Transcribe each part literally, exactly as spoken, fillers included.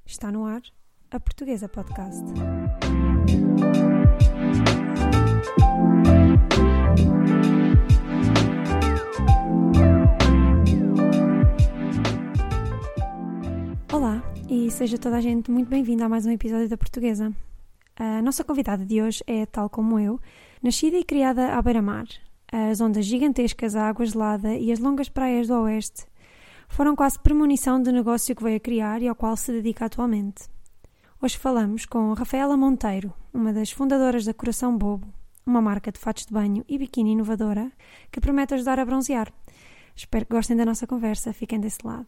Está no ar a Portuguesa Podcast. Olá e seja toda a gente muito bem-vinda a mais um episódio da Portuguesa. A nossa convidada de hoje é, tal como eu, nascida e criada à beira-mar. As ondas gigantescas, a água gelada e as longas praias do oeste foram quase premonição do negócio que veio a criar e ao qual se dedica atualmente. Hoje falamos com Rafaela Monteiro, uma das fundadoras da Coração Bobo, uma marca de fatos de banho e biquíni inovadora que promete ajudar a bronzear. Espero que gostem da nossa conversa, fiquem desse lado.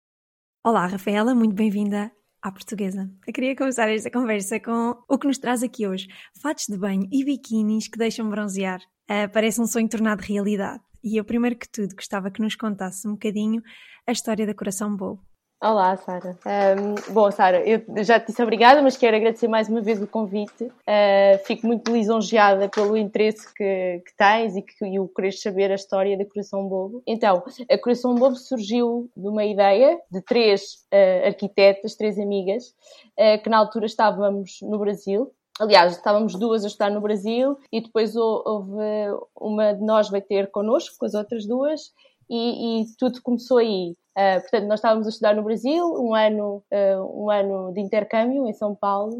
Olá Rafaela, muito bem-vinda à Portuguesa. Eu queria começar esta conversa com o que nos traz aqui hoje. Fatos de banho e biquínis que deixam bronzear. Uh, parece um sonho tornado realidade. E eu, primeiro que tudo, gostava que nos contasse um bocadinho a história da Coração Bobo. Olá, Sara. Um, bom, Sara, eu já te disse obrigada, mas quero agradecer mais uma vez o convite. Uh, fico muito lisonjeada pelo interesse que, que tens e, que, e o quereres saber a história da Coração Bobo. Então, a Coração Bobo surgiu de uma ideia de três uh, arquitetas, três amigas, uh, que na altura estávamos no Brasil. Aliás, estávamos duas a estudar no Brasil e depois houve uma de nós veio ter connosco, com as outras duas, e, e tudo começou aí. Uh, portanto, nós estávamos a estudar no Brasil, um ano, uh, um ano de intercâmbio em São Paulo,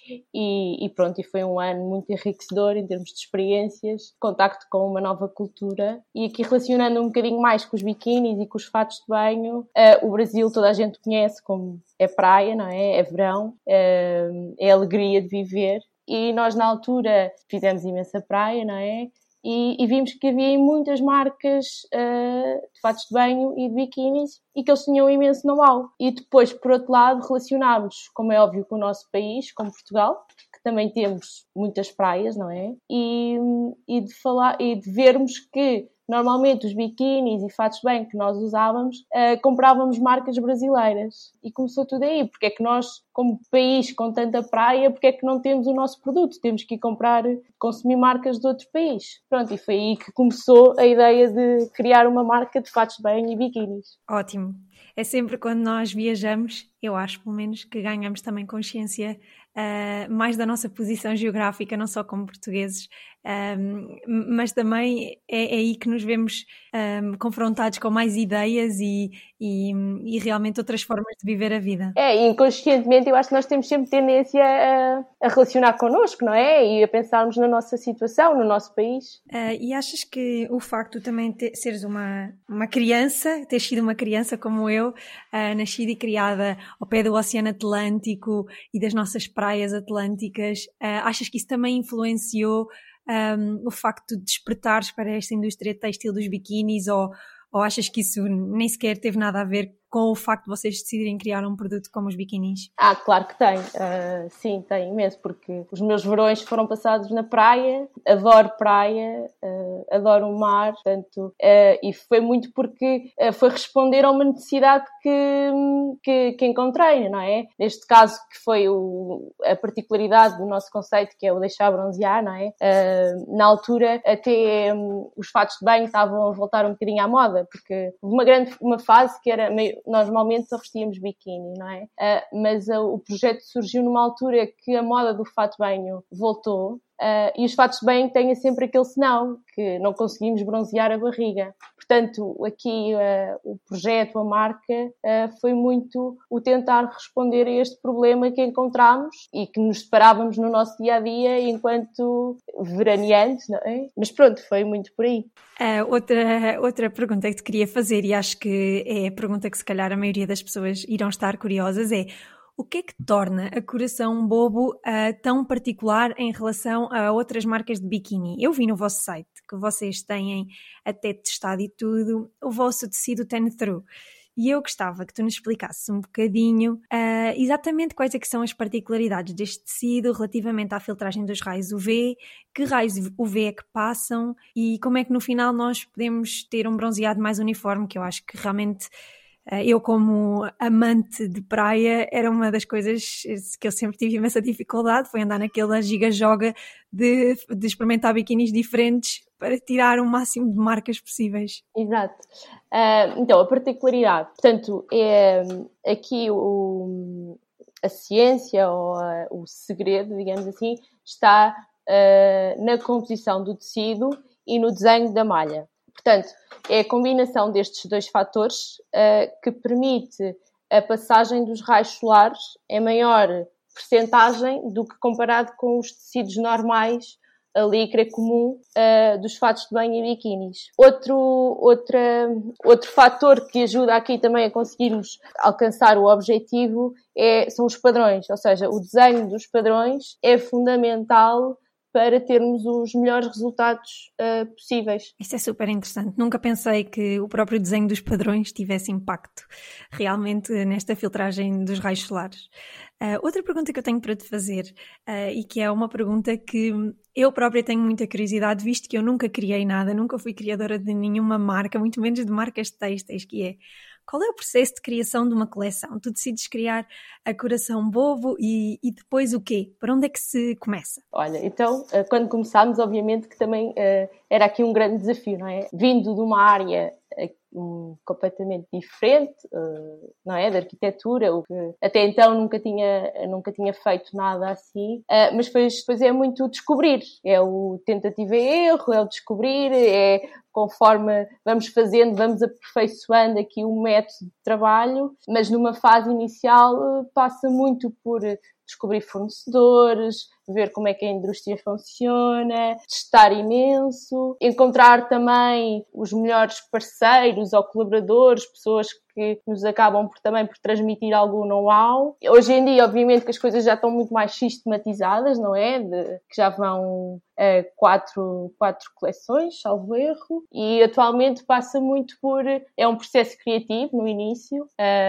e, e pronto, e foi um ano muito enriquecedor em termos de experiências, contacto com uma nova cultura, e aqui relacionando um bocadinho mais com os biquínis e com os fatos de banho, uh, o Brasil toda a gente conhece como é praia, não é? É verão, uh, é alegria de viver, e nós na altura fizemos imensa praia, não é? E, e vimos que havia muitas marcas uh, de fatos de banho e de biquínis e que eles tinham um imenso know-how. E depois, por outro lado, relacionámos, como é óbvio, com o nosso país, com Portugal, que também temos muitas praias, não é? E, e, de, falar, e de vermos que normalmente os biquínis e fatos de banho que nós usávamos, uh, comprávamos marcas brasileiras. E começou tudo aí. Porque é que nós, como país com tanta praia, porque é que não temos o nosso produto? Temos que ir comprar, consumir marcas de outro país. Pronto, e foi aí que começou a ideia de criar uma marca de fatos de banho e biquínis. Ótimo. É sempre quando nós viajamos, eu acho pelo menos, que ganhamos também consciência uh, mais da nossa posição geográfica, não só como portugueses, um, mas também é, é aí que nos vemos um, confrontados com mais ideias e, e, e realmente outras formas de viver a vida. É, e inconscientemente eu acho que nós temos sempre tendência a, a relacionar connosco, não é? E a pensarmos na nossa situação, no nosso país. Uh, e achas que o facto de também ter, seres uma, uma criança, teres sido uma criança como eu, uh, nascida e criada ao pé do Oceano Atlântico e das nossas praias atlânticas, uh, achas que isso também influenciou um, o facto de despertares para esta indústria têxtil dos biquínis, ou, ou achas que isso nem sequer teve nada a ver com o facto de vocês decidirem criar um produto como os biquínis? Ah, claro que tem. Uh, sim, tem imenso, porque os meus verões foram passados na praia, adoro praia, uh, adoro o mar, portanto, uh, e foi muito porque uh, foi responder a uma necessidade que, que, que encontrei, não é? Neste caso, que foi o, a particularidade do nosso conceito, que é o deixar bronzear, não é? Uh, na altura, até um, os fatos de banho estavam a voltar um bocadinho à moda, porque houve uma grande uma fase que era meio nós normalmente só vestíamos biquíni, não é? Uh, mas uh, o projeto surgiu numa altura que a moda do fato de banho voltou, uh, e os fatos de banho têm sempre aquele senão, que não conseguimos bronzear a barriga. Portanto, aqui uh, o projeto, a marca, uh, foi muito o tentar responder a este problema que encontramos e que nos separávamos no nosso dia-a-dia enquanto veraneantes, não é? Mas pronto, foi muito por aí. Uh, outra, outra pergunta que te queria fazer, e acho que é a pergunta que se calhar a maioria das pessoas irão estar curiosas, é: o que é que torna a Coração Bobo uh, tão particular em relação a outras marcas de biquíni? Eu vi no vosso site que vocês têm até testado e tudo o vosso tecido Ten-Through. E eu gostava que tu nos explicasses um bocadinho uh, exatamente quais é que são as particularidades deste tecido relativamente à filtragem dos raios U V, que raios U V é que passam e como é que no final nós podemos ter um bronzeado mais uniforme, que eu acho que realmente eu, como amante de praia, era uma das coisas que eu sempre tive imensa dificuldade, foi andar naquela giga-joga de, de experimentar biquínis diferentes para tirar o máximo de marcas possíveis. Exato. Uh, então, a particularidade, portanto, é aqui o, a ciência ou a, o segredo, digamos assim, está uh, na composição do tecido e no desenho da malha. Portanto, é a combinação destes dois fatores uh, que permite a passagem dos raios solares em maior percentagem do que comparado com os tecidos normais, a licra comum uh, dos fatos de banho e biquinis. Outro, outra, outro fator que ajuda aqui também a conseguirmos alcançar o objetivo é, são os padrões, ou seja, o desenho dos padrões é fundamental para termos os melhores resultados uh, possíveis. Isso é super interessante. Nunca pensei que o próprio desenho dos padrões tivesse impacto realmente nesta filtragem dos raios solares. Uh, outra pergunta que eu tenho para te fazer, uh, e que é uma pergunta que eu própria tenho muita curiosidade, visto que eu nunca criei nada, nunca fui criadora de nenhuma marca, muito menos de marcas têxteis, que é: qual é o processo de criação de uma coleção? Tu decides criar a Coração Bobo e, e depois o quê? Para onde é que se começa? Olha, então, quando começámos, obviamente que também uh, era aqui um grande desafio, não é? Vindo de uma área um, completamente diferente, uh, não é? Da arquitetura, o que até então nunca tinha, nunca tinha feito nada assim, uh, mas depois, depois é muito descobrir, é o tentativa e erro, é o descobrir, é conforme vamos fazendo, vamos aperfeiçoando aqui o método de trabalho, mas numa fase inicial uh, passa muito por descobrir fornecedores, ver como é que a indústria funciona, testar imenso, encontrar também os melhores parceiros ou colaboradores, pessoas que nos acabam por, também por transmitir algum know-how. Hoje em dia, obviamente, que as coisas já estão muito mais sistematizadas, não é? De, que já vão uh, quatro, quatro coleções, salvo erro, e atualmente passa muito por... É um processo criativo no início,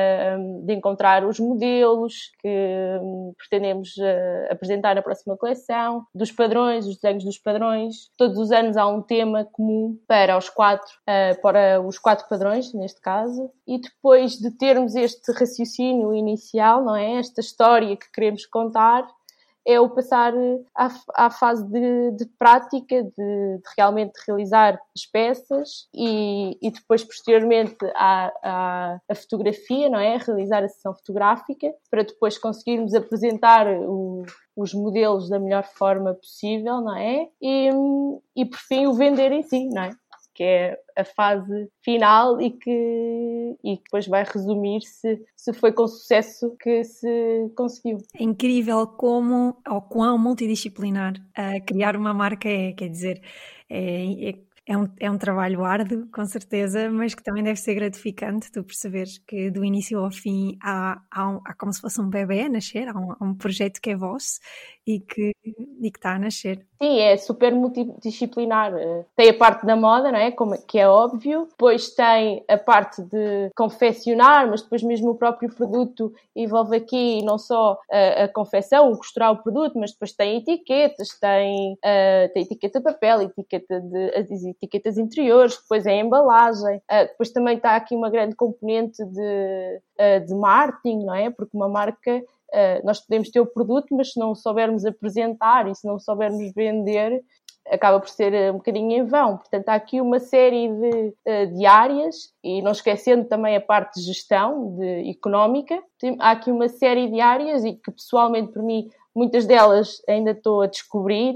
uh, de encontrar os modelos que um, pretendemos uh, apresentar na próxima coleção, dos padrões, os desenhos dos padrões. Todos os anos há um tema comum para os quatro, uh, para os quatro padrões, neste caso, e depois de termos este raciocínio inicial, não é? Esta história que queremos contar, é o passar à, à fase de, de prática, de, de realmente realizar as peças e, e depois, posteriormente, à, à, à fotografia, não é? Realizar a sessão fotográfica, para depois conseguirmos apresentar o, os modelos da melhor forma possível, não é? E, e, por fim, o vender em si, não é? Que é a fase final e que, e que depois vai resumir se, se foi com sucesso que se conseguiu. É incrível como, ou quão multidisciplinar uh, criar uma marca é, quer dizer, é, é, é, um, é um trabalho árduo, com certeza, mas que também deve ser gratificante tu perceberes que do início ao fim há, há, um, há como se fosse um bebê a nascer, há um, há um projeto que é vosso e que, e que está a nascer. Sim, é super multidisciplinar. Tem a parte da moda, não é? Como, que é óbvio. Depois tem a parte de confeccionar, mas depois mesmo o próprio produto envolve aqui não só a, a confecção, o costurar o produto, mas depois tem etiquetas, tem, uh, tem etiqueta de papel, etiqueta de, as etiquetas interiores, depois é a embalagem. Uh, depois também está aqui uma grande componente de, uh, de marketing, não é? Porque uma marca... Uh, nós podemos ter o produto, mas se não soubermos apresentar e se não soubermos vender, acaba por ser um bocadinho em vão. Portanto, há aqui uma série de, uh, de áreas, e não esquecendo também a parte de gestão de, económica, tem, há aqui uma série de áreas e que pessoalmente para mim muitas delas ainda estou a descobrir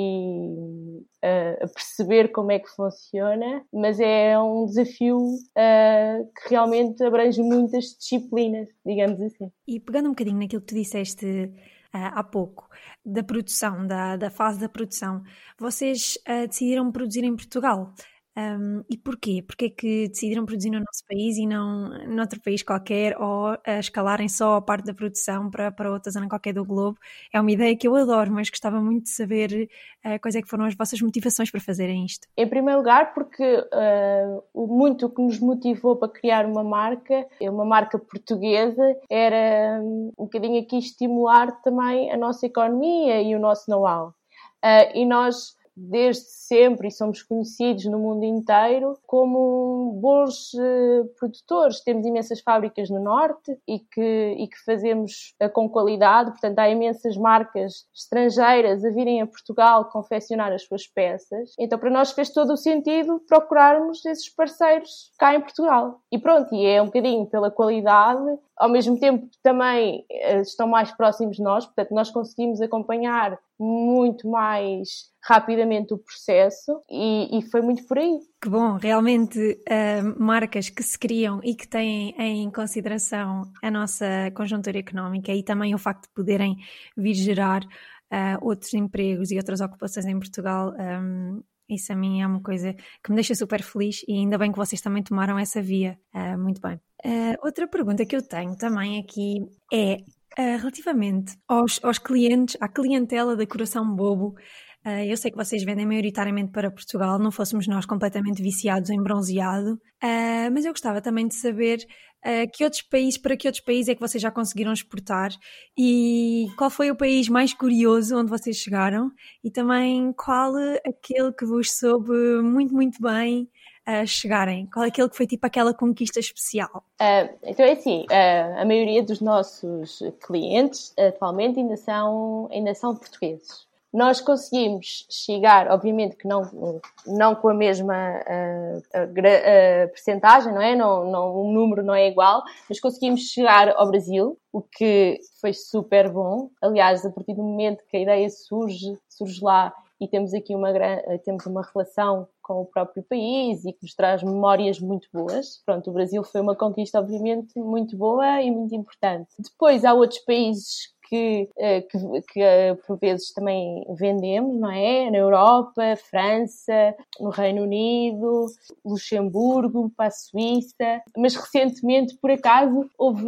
e uh, a perceber como é que funciona, mas é um desafio uh, que realmente abrange muitas disciplinas, digamos assim. E pegando um bocadinho naquilo que tu disseste uh, há pouco, da produção, da, da fase da produção, vocês uh, decidiram produzir em Portugal. Um, e porquê? Porquê que decidiram produzir no nosso país e não noutro país qualquer, ou a escalarem só a parte da produção para, para outra zona qualquer do globo? É uma ideia que eu adoro, mas gostava muito de saber uh, quais é que foram as vossas motivações para fazerem isto. Em primeiro lugar, porque uh, o muito que nos motivou para criar uma marca, uma marca portuguesa, era um, um bocadinho aqui estimular também a nossa economia e o nosso know-how. Uh, e nós... desde sempre, e somos conhecidos no mundo inteiro como bons uh, produtores. Temos imensas fábricas no Norte e que, e que fazemos uh, com qualidade. Portanto, há imensas marcas estrangeiras a virem a Portugal confeccionar as suas peças. Então, para nós fez todo o sentido procurarmos esses parceiros cá em Portugal. E pronto, e é um bocadinho pela qualidade. ao mesmo tempo também estão mais próximos de nós, portanto nós conseguimos acompanhar muito mais rapidamente o processo e, e foi muito por aí. Que bom, realmente uh, marcas que se criam e que têm em consideração a nossa conjuntura económica e também o facto de poderem vir gerar uh, outros empregos e outras ocupações em Portugal, um, isso a mim é uma coisa que me deixa super feliz e ainda bem que vocês também tomaram essa via. Uh, muito bem. Uh, outra pergunta que eu tenho também aqui é uh, relativamente aos, aos clientes, à clientela da Coração Bobo. Uh, eu sei que vocês vendem maioritariamente para Portugal, não fôssemos nós completamente viciados em bronzeado, uh, mas eu gostava também de saber uh, que outros países, para que outros países é que vocês já conseguiram exportar e qual foi o país mais curioso onde vocês chegaram e também qual aquele que vos soube muito, muito bem uh, chegarem, qual é aquele que foi tipo aquela conquista especial? Uh, então é assim, uh, a maioria dos nossos clientes atualmente ainda são, ainda são portugueses. Nós conseguimos chegar, obviamente que não, não com a mesma uh, a, a, a percentagem, não é? Não, não, o número não é igual, mas conseguimos chegar ao Brasil, o que foi super bom. Aliás, a partir do momento que a ideia surge, surge lá e temos aqui uma, temos uma relação com o próprio país e que nos traz memórias muito boas. Pronto, o Brasil foi uma conquista, obviamente, muito boa e muito importante. Depois há outros países que, que, que por vezes também vendemos, não é? Na Europa, França, no Reino Unido, Luxemburgo, para a Suíça. Mas recentemente, por acaso, houve,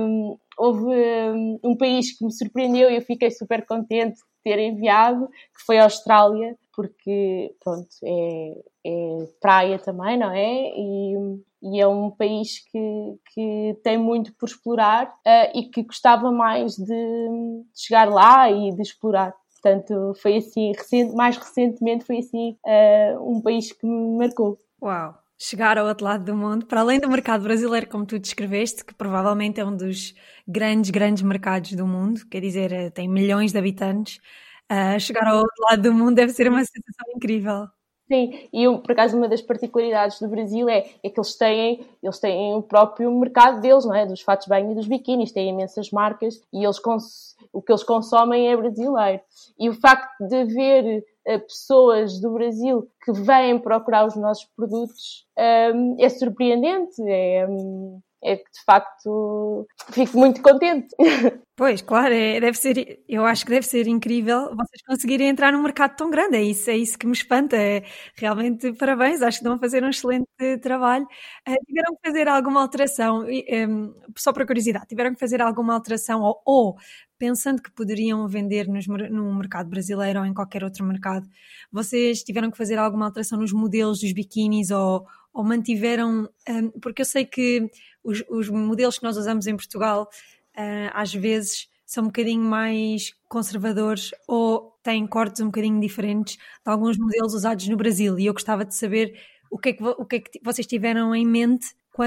houve um país que me surpreendeu e eu fiquei super contente de ter enviado, que foi a Austrália, porque, pronto, é, é praia também, não é? E, e é um país que, que tem muito por explorar uh, e que gostava mais de, de chegar lá e de explorar. Portanto, foi assim, recente, mais recentemente foi assim uh, um país que me marcou. Uau! Chegar ao outro lado do mundo, para além do mercado brasileiro, como tu descreveste, que provavelmente é um dos grandes, grandes mercados do mundo, quer dizer, tem milhões de habitantes, uh, chegar ao outro lado do mundo deve ser uma sensação incrível. Sim, e eu, por acaso uma das particularidades do Brasil é, é que eles têm, eles têm o próprio mercado deles, não é? Dos fatos de banho e dos biquínis, têm imensas marcas e eles cons- o que eles consomem é brasileiro. E o facto de haver uh, pessoas do Brasil que vêm procurar os nossos produtos um, é surpreendente, é, um, é que de facto fico muito contente. Pois, claro, é, deve ser, eu acho que deve ser incrível vocês conseguirem entrar num mercado tão grande, é isso, é isso que me espanta, é, realmente parabéns, acho que estão a fazer um excelente trabalho. Uh, tiveram que fazer alguma alteração, um, só por curiosidade, tiveram que fazer alguma alteração ou, ou pensando que poderiam vender nos, no mercado brasileiro ou em qualquer outro mercado, vocês tiveram que fazer alguma alteração nos modelos dos biquínis ou, ou mantiveram, um, porque eu sei que os, os modelos que nós usamos em Portugal Uh, às vezes são um bocadinho mais conservadores ou têm cortes um bocadinho diferentes de alguns modelos usados no Brasil e eu gostava de saber o que é que, o que, é que vocês tiveram em mente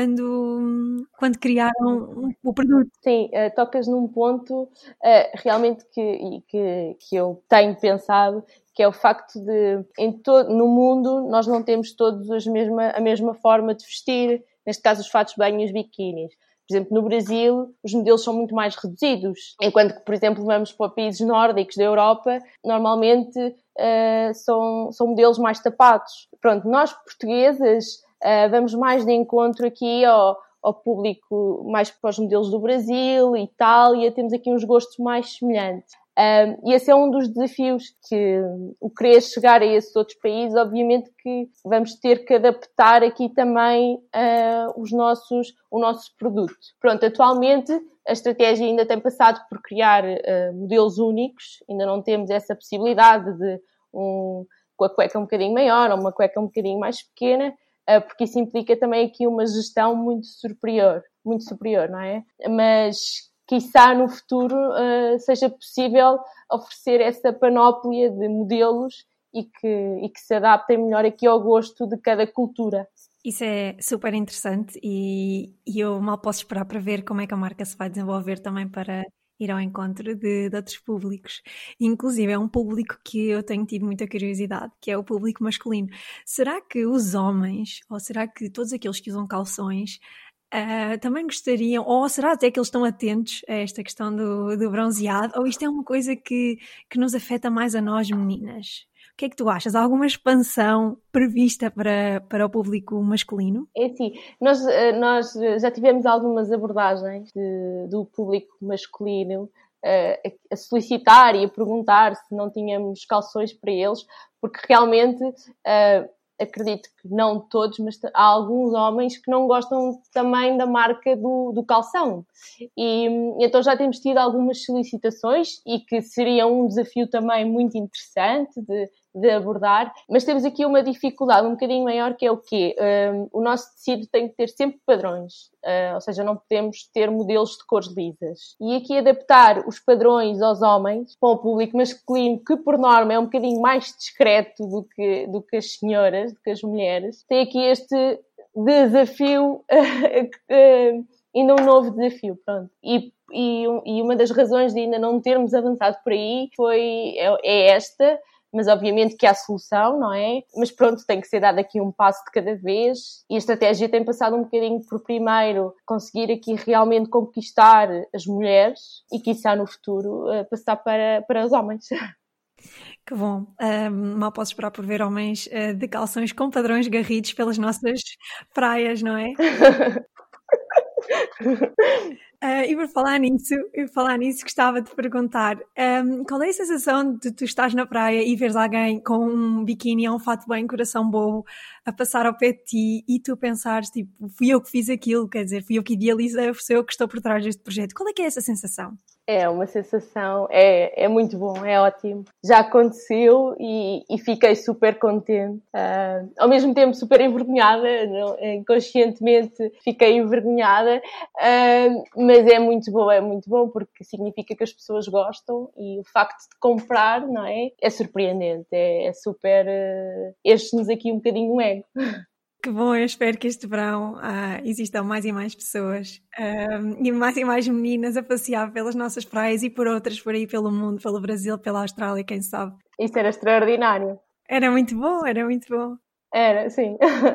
quando, quando criaram o produto. Sim, uh, tocas num ponto uh, realmente que, que, que eu tenho pensado, que é o facto de em todo, no mundo nós não temos todos a mesma, a mesma forma de vestir, neste caso os fatos de banho e os biquínis. Por exemplo, no Brasil, os modelos são muito mais reduzidos, enquanto que, por exemplo, vamos para países nórdicos da Europa, normalmente uh, são, são modelos mais tapados. Pronto, nós portuguesas uh, vamos mais de encontro aqui ao, ao público, mais para os modelos do Brasil, Itália, temos aqui uns gostos mais semelhantes. Um, e esse é um dos desafios que o querer chegar a esses outros países, obviamente que vamos ter que adaptar aqui também uh, os nossos, o nosso produto. Pronto, atualmente a estratégia ainda tem passado por criar uh, modelos únicos, ainda não temos essa possibilidade de um, com a cueca um bocadinho maior ou uma cueca um bocadinho mais pequena, uh, porque isso implica também aqui uma gestão muito superior, muito superior, não é? Mas quiçá no futuro uh, seja possível oferecer essa panóplia de modelos e que, e que se adaptem melhor aqui ao gosto de cada cultura. Isso é super interessante e, e eu mal posso esperar para ver como é que a marca se vai desenvolver também para ir ao encontro de, de outros públicos. Inclusive é um público que eu tenho tido muita curiosidade, que é o público masculino. Será que os homens, ou será que todos aqueles que usam calções uh, também gostariam, ou será até que eles estão atentos a esta questão do, do bronzeado, ou isto é uma coisa que, que nos afeta mais a nós meninas? O que é que tu achas? Há alguma expansão prevista para, para o público masculino? É assim, nós, nós já tivemos algumas abordagens de, do público masculino uh, a solicitar e a perguntar se não tínhamos calções para eles, porque realmente uh, acredito que não todos, mas há alguns homens que não gostam também da marca do, do calção. E então já temos tido algumas solicitações e que seria um desafio também muito interessante de, de abordar, mas temos aqui uma dificuldade um bocadinho maior, que é o quê? Um, o nosso tecido tem que ter sempre padrões, uh, ou seja, não podemos ter modelos de cores lisas. E aqui adaptar os padrões aos homens, para o público masculino, que por norma é um bocadinho mais discreto do que, do que as senhoras, do que as mulheres, tem aqui este desafio, ainda um novo desafio, pronto. E, e, e uma das razões de ainda não termos avançado por aí foi, é, é esta, mas obviamente que há solução, não é? Mas pronto, tem que ser dado aqui um passo de cada vez, e a estratégia tem passado um bocadinho por primeiro conseguir aqui realmente conquistar as mulheres e quiçá no futuro passar para, para os homens. Que bom, um, mal posso esperar por ver homens uh, de calções com padrões garridos pelas nossas praias, não é? Uh, e por falar nisso, por falar nisso, gostava de perguntar, um, qual é a sensação de tu estás na praia e veres alguém com um biquíni ou um fato bem coração bobo a passar ao pé de ti e tu pensares, tipo, fui eu que fiz aquilo, quer dizer, fui eu que idealizei, fui eu que estou por trás deste projeto. Qual é que é essa sensação? É uma sensação, é, é muito bom, é ótimo. Já aconteceu e, e fiquei super contente. Uh, ao mesmo tempo super envergonhada, não, inconscientemente fiquei envergonhada, uh, mas é muito bom, é muito bom porque significa que as pessoas gostam e o facto de comprar, não é? É surpreendente, é, é super... Uh, enche-nos aqui um bocadinho o ego. Que bom, eu espero que este verão ah, existam mais e mais pessoas um, e mais e mais meninas a passear pelas nossas praias e por outras por aí pelo mundo, pelo Brasil, pela Austrália, quem sabe. Isso era extraordinário. Era muito bom, era muito bom. Era, sim.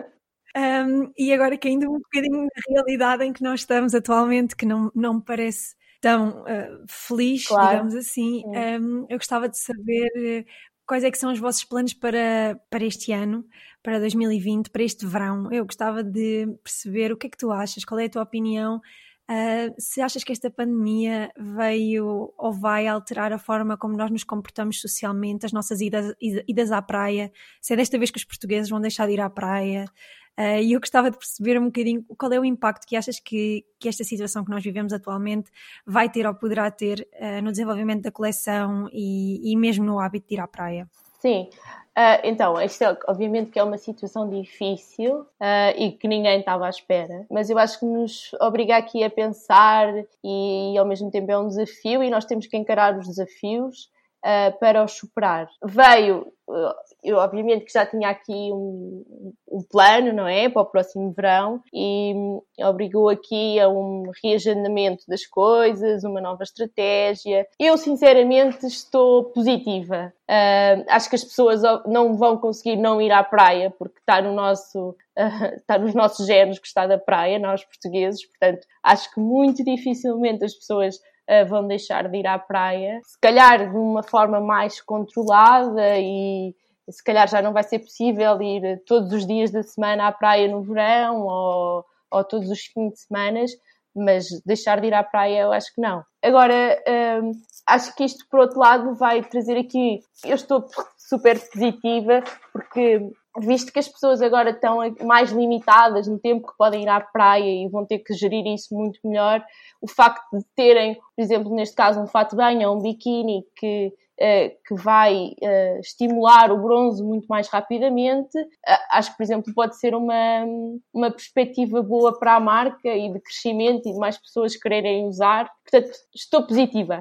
Um, e agora caindo um bocadinho na realidade em que nós estamos atualmente, que não, não me parece tão uh, feliz, claro, digamos assim, um, eu gostava de saber... Quais é que são os vossos planos para, para este ano, para dois mil e vinte, para este verão? Eu gostava de perceber o que é que tu achas, qual é a tua opinião, uh, se achas que esta pandemia veio ou vai alterar a forma como nós nos comportamos socialmente, as nossas idas, idas à praia, se é desta vez que os portugueses vão deixar de ir à praia, uh, e eu gostava de perceber um bocadinho qual é o impacto que achas que, que esta situação que nós vivemos atualmente vai ter ou poderá ter uh, no desenvolvimento da coleção e, e mesmo no hábito de ir à praia. Sim, uh, então, isto é, obviamente que é uma situação difícil uh, e que ninguém estava à espera, mas eu acho que nos obriga aqui a pensar e, e ao mesmo tempo é um desafio e nós temos que encarar os desafios uh, para os superar. Veio, uh, eu obviamente que já tinha aqui um, um plano, não é, para o próximo verão e um, obrigou aqui a um reagendamento das coisas, uma nova estratégia. Eu sinceramente estou positiva. Uh, acho que as pessoas não vão conseguir não ir à praia porque está no nosso, uh, está nos nossos genes gostar da praia, nós portugueses, portanto acho que muito dificilmente as pessoas uh, vão deixar de ir à praia, se calhar de uma forma mais controlada e se calhar já não vai ser possível ir todos os dias da semana à praia no verão ou, ou todos os fins de semana, mas deixar de ir à praia eu acho que não. Agora, hum, acho que isto, por outro lado, vai trazer aqui... Eu estou super positiva porque, visto que as pessoas agora estão mais limitadas no tempo que podem ir à praia e vão ter que gerir isso muito melhor, o facto de terem, por exemplo, neste caso, um fato de banho ou um biquíni que... Uh, que vai uh, estimular o bronze muito mais rapidamente. Uh, acho que, por exemplo, pode ser uma, uma perspectiva boa para a marca e de crescimento e de mais pessoas quererem usar. Portanto, estou positiva.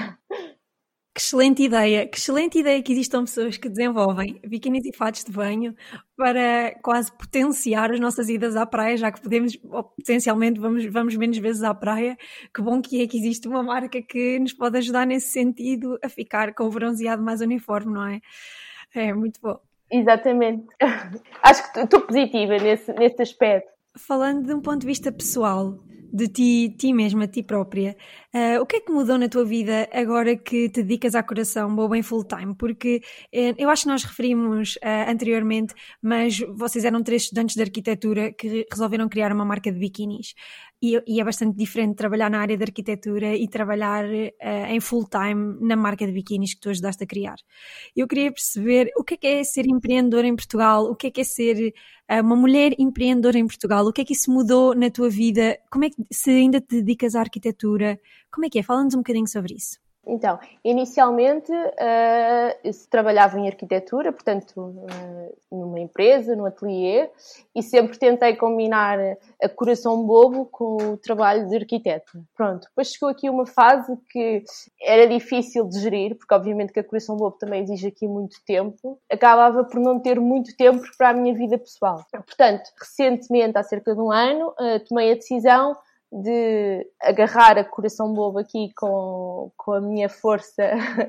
Que excelente ideia, que excelente ideia que existam pessoas que desenvolvem biquínis e fatos de banho para quase potenciar as nossas idas à praia, já que podemos, ou potencialmente vamos, vamos menos vezes à praia. Que bom que é que existe uma marca que nos pode ajudar nesse sentido a ficar com o bronzeado mais uniforme, não é? É muito bom. Exatamente. Acho que estou positiva nesse, nesse aspecto. Falando de um ponto de vista pessoal, de ti, ti mesma, de ti própria, uh, o que é que mudou na tua vida agora que te dedicas à Coração Bobo em full time? Porque uh, eu acho que nós referimos uh, anteriormente, mas vocês eram três estudantes de arquitetura que resolveram criar uma marca de biquinis. E, e é bastante diferente trabalhar na área de arquitetura e trabalhar uh, em full time na marca de biquinis que tu ajudaste a criar. Eu queria perceber o que é que é ser empreendedora em Portugal, o que é que é ser uh, uma mulher empreendedora em Portugal, o que é que isso mudou na tua vida, como é que se ainda te dedicas à arquitetura, como é que é? Fala-nos um bocadinho sobre isso. Então, inicialmente uh, eu trabalhava em arquitetura, portanto, uh, numa empresa, num ateliê, e sempre tentei combinar a Coração Bobo com o trabalho de arquiteta. Pronto, depois chegou aqui uma fase que era difícil de gerir, porque obviamente que a Coração Bobo também exige aqui muito tempo, acabava por não ter muito tempo para a minha vida pessoal. Portanto, recentemente, há cerca de um ano, uh, tomei a decisão de agarrar a Coração Bobo aqui com, com a minha força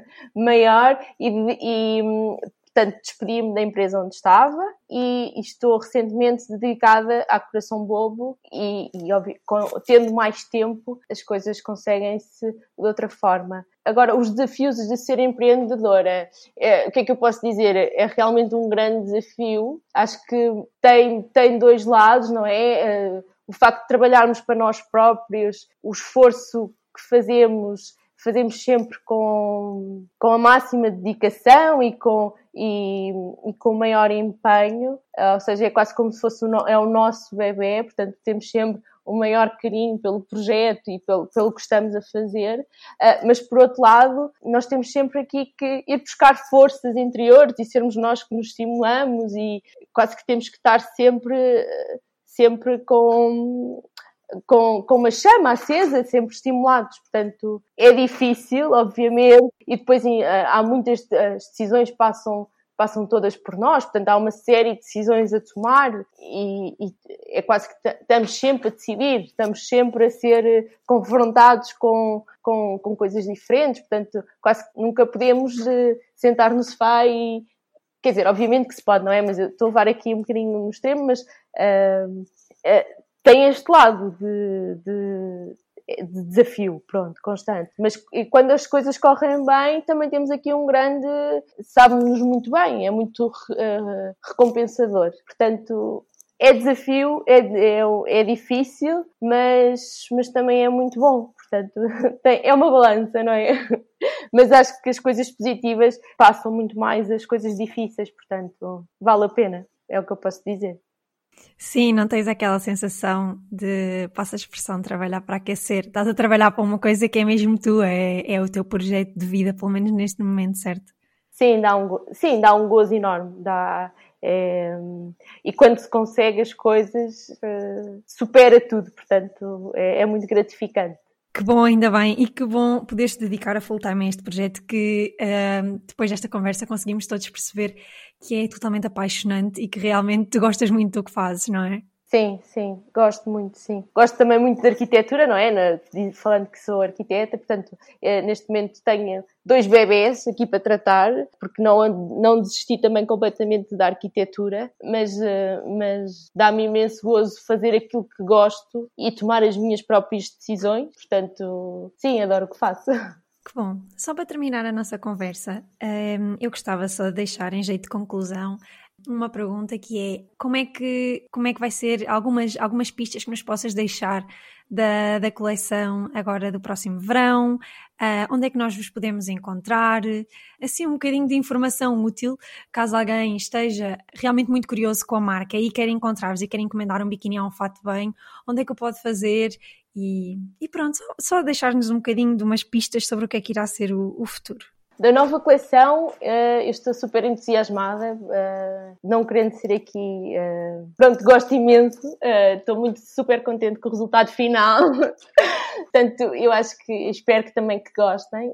maior e, e portanto, despedi-me da empresa onde estava e, e estou recentemente dedicada à Coração Bobo e, e óbvio, com, tendo mais tempo, as coisas conseguem-se de outra forma. Agora, os desafios de ser empreendedora, é, o que é que eu posso dizer? É realmente um grande desafio. Acho que tem, tem dois lados, não é? O facto de trabalharmos para nós próprios, o esforço que fazemos, fazemos sempre com, com a máxima dedicação e com, e, e com o maior empenho, ou seja, é quase como se fosse o, no, é o nosso bebê, portanto temos sempre o maior carinho pelo projeto e pelo, pelo que estamos a fazer, uh, mas por outro lado, nós temos sempre aqui que ir buscar forças interiores e sermos nós que nos estimulamos e quase que temos que estar sempre... Uh, sempre com, com, com uma chama acesa, sempre estimulados. Portanto, é difícil, obviamente, e depois há muitas as decisões passam, passam todas por nós, portanto, há uma série de decisões a tomar e, e é quase que estamos sempre a decidir, estamos sempre a ser confrontados com, com, com coisas diferentes, portanto, quase que nunca podemos sentar no sofá e... Quer dizer, obviamente que se pode, não é? Mas eu estou a levar aqui um bocadinho no extremo, mas uh, uh, tem este lado de, de, de desafio, pronto, constante. Mas e quando as coisas correm bem, também temos aqui um grande... Sabe-nos muito bem, é muito uh, recompensador. Portanto, é desafio, é, é, é difícil, mas, mas também é muito bom. Portanto, tem, é uma balança, não é? Mas acho que as coisas positivas passam muito mais as coisas difíceis, portanto, vale a pena, é o que eu posso dizer. Sim, não tens aquela sensação de, passa a expressão, trabalhar para aquecer. Estás a trabalhar para uma coisa que é mesmo tua, é, é o teu projeto de vida, pelo menos neste momento, certo? Sim, dá um, sim, dá um gozo enorme, dá... É, e quando se consegue as coisas, uh, supera tudo, portanto, é, é muito gratificante. Que bom, ainda bem, e que bom poderes te dedicar a full time a este projeto que uh, depois desta conversa conseguimos todos perceber que é totalmente apaixonante e que realmente tu gostas muito do que fazes, não é? Sim, sim, gosto muito, sim. Gosto também muito de arquitetura, não é? Na, falando que sou arquiteta, portanto, é, neste momento tenho dois bebés aqui para tratar, porque não, não desisti também completamente da arquitetura, mas, mas dá-me imenso gozo fazer aquilo que gosto e tomar as minhas próprias decisões, portanto, sim, adoro o que faço. Que bom. Só para terminar a nossa conversa, eu gostava só de deixar em jeito de conclusão uma pergunta que é como é que, como é que vai ser algumas, algumas pistas que nos possas deixar da, da coleção agora do próximo verão, uh, onde é que nós vos podemos encontrar, assim um bocadinho de informação útil, caso alguém esteja realmente muito curioso com a marca e quer encontrar-vos e quer encomendar um biquíni ou um fato bem, onde é que o pode fazer e, e pronto, só, só deixar-nos um bocadinho de umas pistas sobre o que é que irá ser o, o futuro. Da nova coleção, eu estou super entusiasmada, não querendo ser aqui... Pronto, gosto imenso, estou muito super contente com o resultado final. Portanto, eu acho que, espero que também que gostem.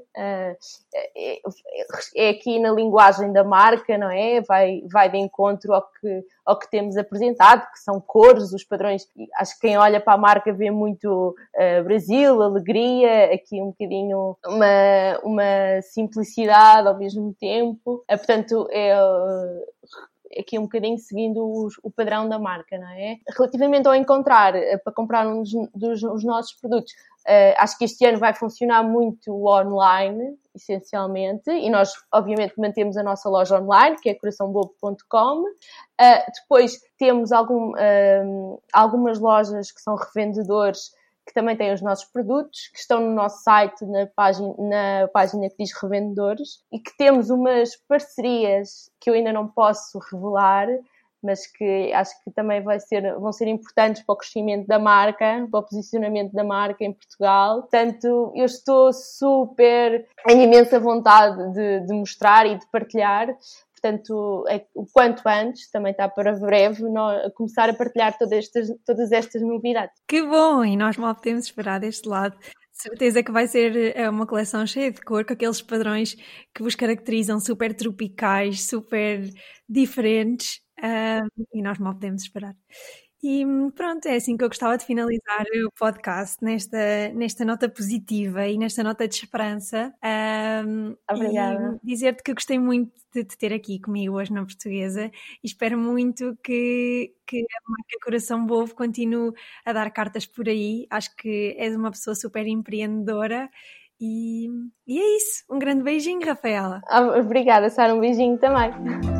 É aqui na linguagem da marca, não é? Vai, vai de encontro ao que, ao que temos apresentado, que são cores, os padrões. Acho que quem olha para a marca vê muito Brasil, alegria, aqui um bocadinho uma, uma simplicidade ao mesmo tempo. Portanto, é, aqui um bocadinho seguindo os, o padrão da marca, não é? Relativamente ao encontrar, para comprar um dos, dos os nossos produtos, Uh, acho que este ano vai funcionar muito online, essencialmente, e nós, obviamente, mantemos a nossa loja online, que é coração bobo ponto com. Uh, depois temos algum, uh, algumas lojas que são revendedores que também têm os nossos produtos, que estão no nosso site, na página, na página que diz revendedores, e que temos umas parcerias que eu ainda não posso revelar, mas que acho que também vai ser, vão ser importantes para o crescimento da marca, para o posicionamento da marca em Portugal. Portanto, eu estou super em imensa vontade de, de mostrar e de partilhar. Portanto, é, o quanto antes, também está para breve, nós, começar a partilhar todas estas, todas estas novidades. Que bom! E nós mal podemos esperar deste lado. Certeza que vai ser uma coleção cheia de cor, com aqueles padrões que vos caracterizam, super tropicais, super diferentes. Um, e nós mal podemos esperar. E pronto, é assim que eu gostava de finalizar o podcast, nesta, nesta nota positiva e nesta nota de esperança. Um, Obrigada. E dizer-te que gostei muito de te ter aqui comigo hoje na Portuguesa e espero muito que, que a marca Coração Bobo continue a dar cartas por aí. Acho que és uma pessoa super empreendedora. E, e é isso. Um grande beijinho, Rafaela. Obrigada, Sara. Um beijinho também.